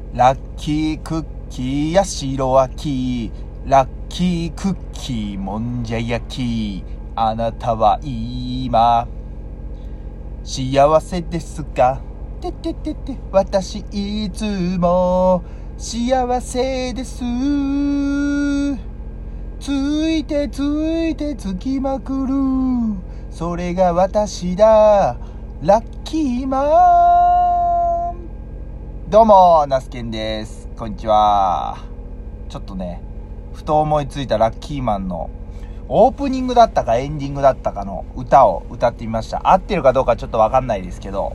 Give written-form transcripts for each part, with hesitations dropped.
ラッキークッキーや白あき、ラッキークッキーもんじゃ焼き、あなたは今幸せですか？てててて、私いつも幸せです。ついてついてつきまくる、それが私だ、ラッキーマン。どうもナスケンです。こんにちは。ちょっとね、ふと思いついたラッキーマンのオープニングだったかエンディングだったかの歌を歌ってみました。合ってるかどうかちょっとわかんないですけど、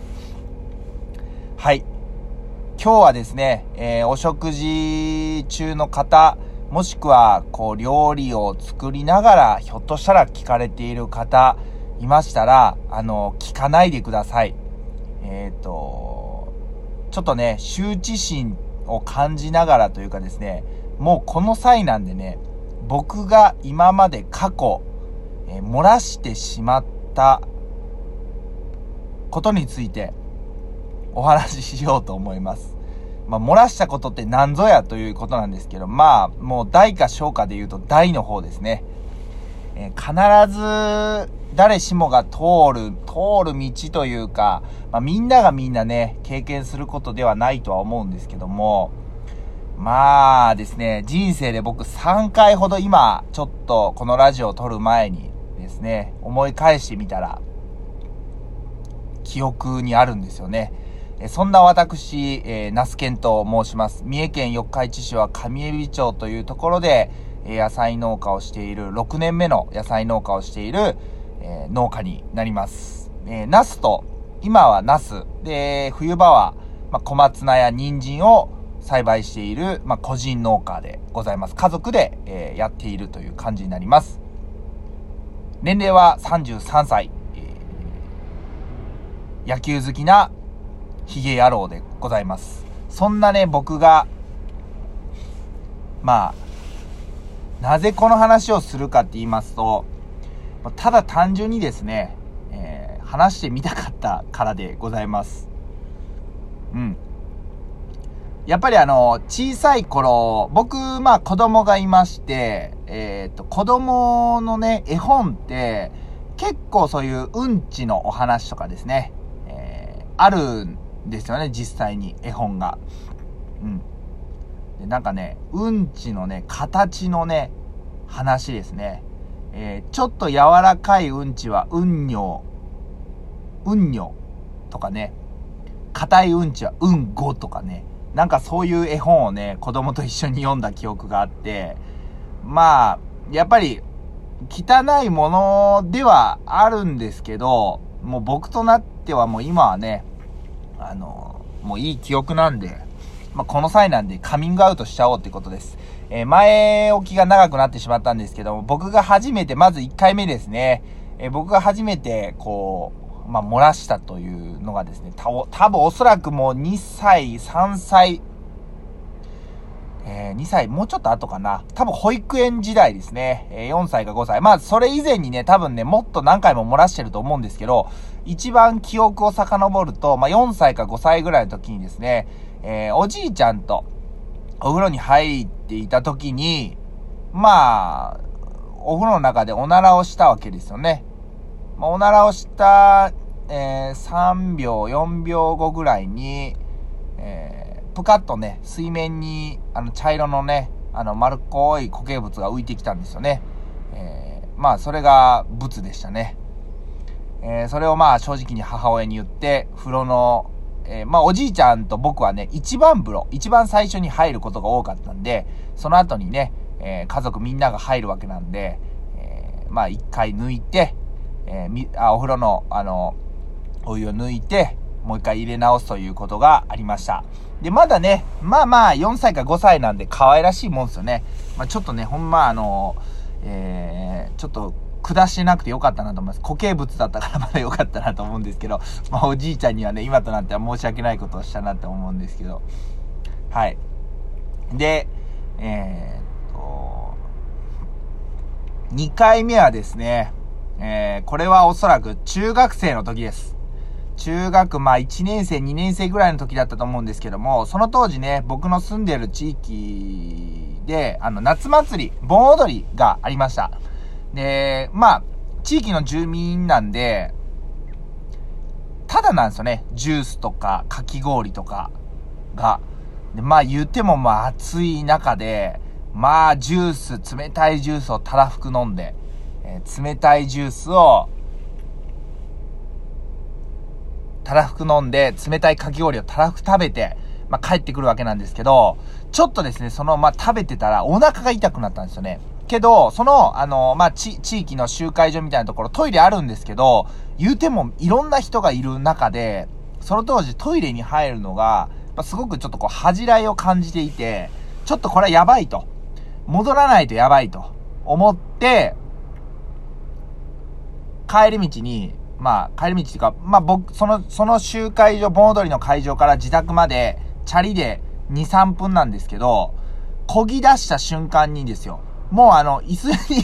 はい、今日はですね、お食事中の方、もしくはこう料理を作りながらひょっとしたら聞かれている方いましたら、聞かないでください。ちょっとね、羞恥心を感じながらというかですね、もうこの際なんでね、僕が今まで過去、漏らしてしまったことについてお話ししようと思います。漏らしたことって何ぞやということなんですけど、もう大か小かで言うと大の方ですね。必ず誰しもが通る道というか、みんながみんなね、経験することではないとは思うんですけども、ですね、人生で僕3回ほど今、ちょっとこのラジオを撮る前にですね、思い返してみたら、記憶にあるんですよね。そんな私、ナスケンと申します。三重県四日市市は上海老町というところで、野菜農家をしている、6年目の野菜農家をしている、農家になります。ナスと、今はナスで、冬場は、小松菜や人参を栽培している、個人農家でございます。家族で、やっているという感じになります。年齢は33歳、野球好きなヒゲ野郎でございます。そんなね、僕がなぜこの話をするかって言いますと、ただ単純にですね、話してみたかったからでございます。やっぱり小さい頃、僕子供がいまして、子供のね、絵本って結構そういううんちのお話とかですね、あるんですよね、実際に絵本が。でなんかね、うんちのね、形のね、話ですね。ちょっと柔らかいうんちはうんにょとかね、硬いうんちはうんごとかね、なんかそういう絵本をね、子供と一緒に読んだ記憶があって、やっぱり汚いものではあるんですけど、もう僕となってはもう今はね、もういい記憶なんで、この際なんでカミングアウトしちゃおうってことです。前置きが長くなってしまったんですけど、僕が初めて、まず1回目ですね、僕が初めて漏らしたというのがですね、多分おそらくもう2歳、3歳、2歳、もうちょっと後かな。多分保育園時代ですね。4歳か5歳。それ以前にね、多分ね、もっと何回も漏らしてると思うんですけど、一番記憶を遡ると、4歳か5歳ぐらいの時にですね、おじいちゃんとお風呂に入っていた時に、お風呂の中でおならをしたわけですよね。おならをした、3秒、4秒後ぐらいに、ぷかっとね、水面に、茶色のね、丸っこい固形物が浮いてきたんですよね。それが物でしたね。それを正直に母親に言って、風呂の、おじいちゃんと僕はね、一番最初に入ることが多かったんで、その後にね、家族みんなが入るわけなんで、一回抜いて、お風呂の、お湯を抜いて、もう一回入れ直すということがありました。で、まだね、4歳か5歳なんで可愛らしいもんですよね。ちょっとね、ほんまちょっと、下してなくてよかったなと思います。固形物だったからまだよかったなと思うんですけど、おじいちゃんにはね、今となっては申し訳ないことをしたなって思うんですけど。はい。で、2回目はですね、これはおそらく中学生の時です。 中学1年生、2年生ぐらいの時だったと思うんですけども、その当時ね、僕の住んでる地域で、夏祭り、盆踊りがありました。で、地域の住民なんで、ただなんですよね。ジュースとか、かき氷とかが。で、言っても暑い中で、ジュース、冷たいジュースをたらふく飲んで、冷たいジュースをたらふく飲んで、冷たいかき氷をたらふく食べて、帰ってくるわけなんですけど、ちょっとですね、食べてたらお腹が痛くなったんですよね。けど、地域の集会所みたいなところ、トイレあるんですけど、言うてもいろんな人がいる中で、その当時トイレに入るのが、すごくちょっと恥じらいを感じていて、ちょっとこれはやばいと。戻らないとやばいと思って、帰り道に、帰り道っていうか、僕、その集会所、盆踊りの会場から自宅まで、チャリで2、3分なんですけど、漕ぎ出した瞬間にですよ、もう椅子に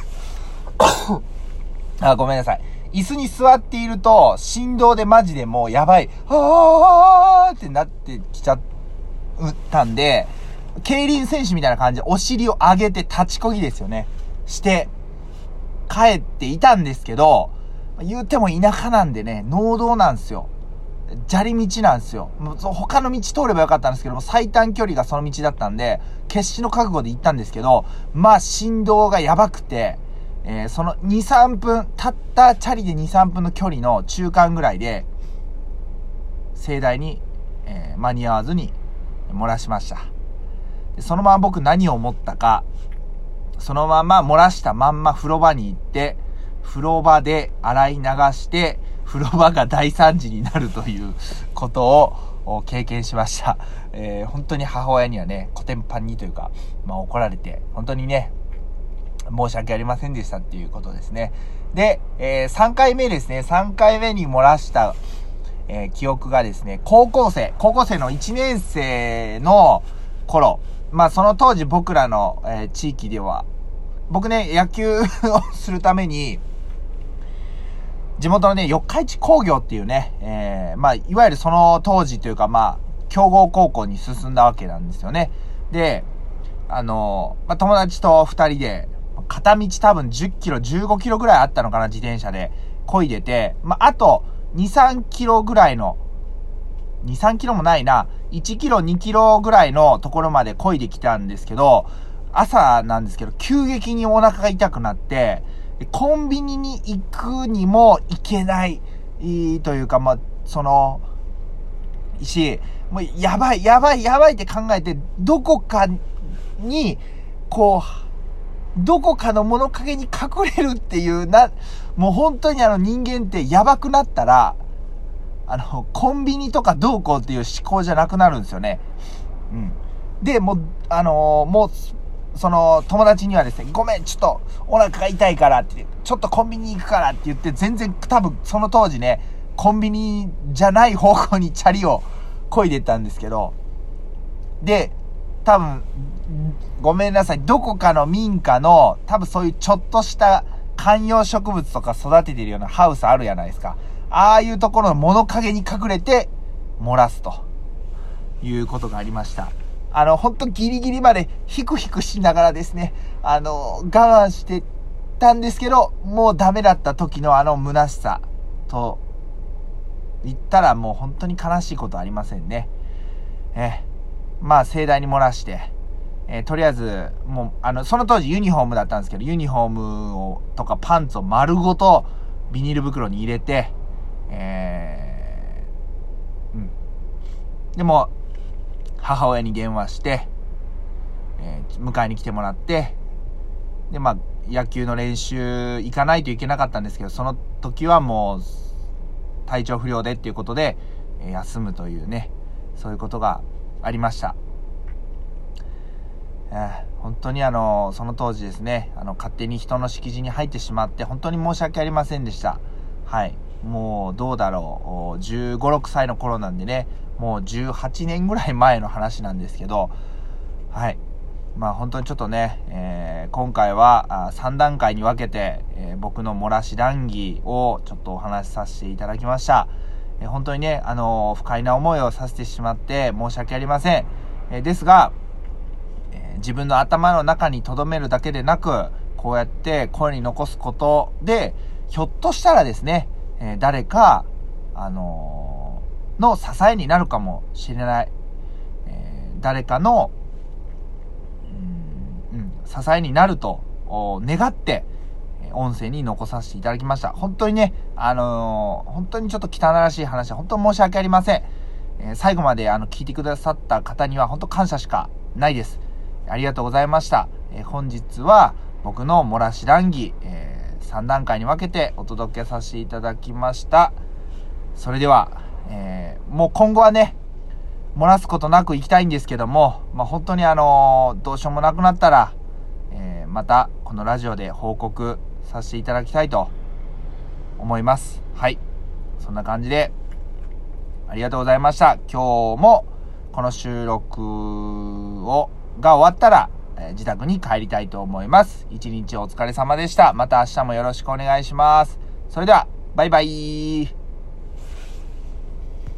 ごめんなさい。椅子に座っていると、振動でマジでもうやばい、ってなってきちゃったんで、競輪選手みたいな感じでお尻を上げて立ち漕ぎですよね。して、帰っていたんですけど、言うても田舎なんでね、農道なんですよ。砂利道なんですよ。他の道通ればよかったんですけども、最短距離がその道だったんで、決死の覚悟で行ったんですけど、振動がやばくて、その2、3分、たったチャリで2、3分の距離の中間ぐらいで、盛大に、間に合わずに漏らしました。でそのまま僕何を思ったか、そのまま漏らしたまんま風呂場に行って、風呂場で洗い流して、風呂場が大惨事になるということを経験しました。本当に母親にはね、コテンパンにというか、怒られて、本当にね、申し訳ありませんでしたっていうことですね。で、3回目ですね。3回目に漏らした、記憶がですね、高校生の1年生の頃、その当時僕らの、地域では、僕ね、野球をするために、地元のね、四日市工業っていうね、いわゆるその当時というか、強豪高校に進んだわけなんですよね。で、友達と2人で、片道多分10キロ、15キロぐらいあったのかな、自転車で漕いでて、あと2、3キロぐらいの、2、3キロもないな、1キロ、2キロぐらいのところまで漕いできたんですけど、朝なんですけど、急激にお腹が痛くなって、コンビニに行くにも行けないというか、もうやばいって考えて、どこかの物陰に隠れるっていうもう本当に人間ってやばくなったら、コンビニとかどうこうっていう思考じゃなくなるんですよね。で、もう、その友達にはですね、ごめん、ちょっとお腹が痛いからって、ちょっとコンビニ行くからって言って、全然多分その当時ね、コンビニじゃない方向にチャリを漕いでったんですけど、で、多分、ごめんなさい、どこかの民家の、多分そういうちょっとした観葉植物とか育ててるようなハウスあるじゃないですか。ああいうところの物陰に隠れて漏らすということがありました。ほんとギリギリまでヒクヒクしながらですね、我慢してたんですけど、もうダメだった時の虚しさと言ったらもう本当に悲しいことありませんね。盛大に漏らして、とりあえず、もう、その当時ユニフォームだったんですけど、ユニフォームとかパンツを丸ごとビニール袋に入れて、でも、母親に電話して、迎えに来てもらって、で、野球の練習行かないといけなかったんですけど、その時はもう、体調不良でっていうことで、休むというね、そういうことがありました。本当にその当時ですね、勝手に人の敷地に入ってしまって、本当に申し訳ありませんでした。はい。もう、どうだろう、15、6歳の頃なんでね、もう18年ぐらい前の話なんですけど、はい。本当にちょっとね、今回は3段階に分けて、僕の漏らし談義をちょっとお話しさせていただきました。 本当にね、不快な思いをさせてしまって申し訳ありません。ですが、自分の頭の中に留めるだけでなく、こうやって声に残すことで、ひょっとしたらですね、誰か、の支えになるかもしれない。誰かの、支えになると願って、音声に残させていただきました。本当にね、本当にちょっと汚らしい話で、本当申し訳ありません。最後まで聞いてくださった方には本当感謝しかないです。ありがとうございました。本日は僕の漏らし談義、3段階に分けてお届けさせていただきました。それでは、もう今後はね、漏らすことなく行きたいんですけども、本当にどうしようもなくなったら、またこのラジオで報告させていただきたいと思います。はい。そんな感じで、ありがとうございました。今日もこの収録が終わったら、自宅に帰りたいと思います。一日お疲れ様でした。また明日もよろしくお願いします。それでは、バイバイ。